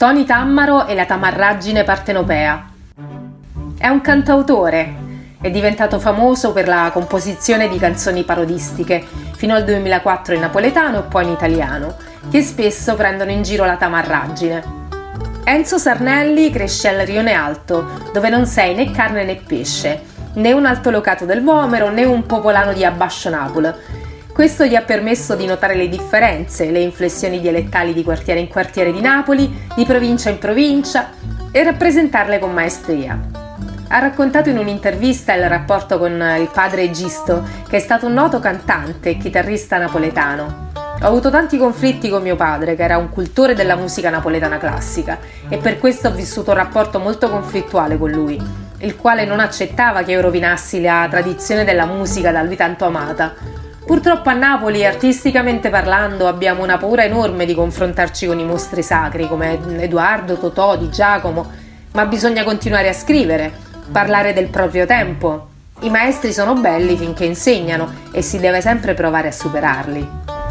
Tony Tammaro e la tamarraggine partenopea. È un cantautore, è diventato famoso per la composizione di canzoni parodistiche, fino al 2004 in napoletano e poi in italiano, che spesso prendono in giro la tamarraggine. Enzo Sarnelli cresce al Rione Alto, dove non sei né carne né pesce, né un altolocato del Vomero né un popolano di Abbascio Napoli. Questo gli ha permesso di notare le differenze, le inflessioni dialettali di quartiere in quartiere di Napoli, di provincia in provincia e rappresentarle con maestria. Ha raccontato in un'intervista il rapporto con il padre Egisto, che è stato un noto cantante e chitarrista napoletano. Ho avuto tanti conflitti con mio padre, che era un cultore della musica napoletana classica, e per questo ho vissuto un rapporto molto conflittuale con lui, il quale non accettava che io rovinassi la tradizione della musica da lui tanto amata. Purtroppo a Napoli, artisticamente parlando, abbiamo una paura enorme di confrontarci con i mostri sacri come Edoardo, Totò, Di Giacomo, ma bisogna continuare a scrivere, parlare del proprio tempo. I maestri sono belli finché insegnano e si deve sempre provare a superarli.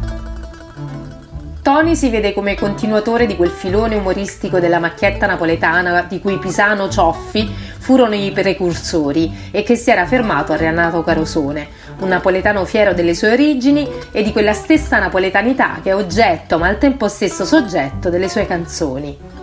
Tony si vede come continuatore di quel filone umoristico della macchietta napoletana di cui Pisano Cioffi furono i precursori e che si era fermato a Renato Carosone, un napoletano fiero delle sue origini e di quella stessa napoletanità che è oggetto ma al tempo stesso soggetto delle sue canzoni.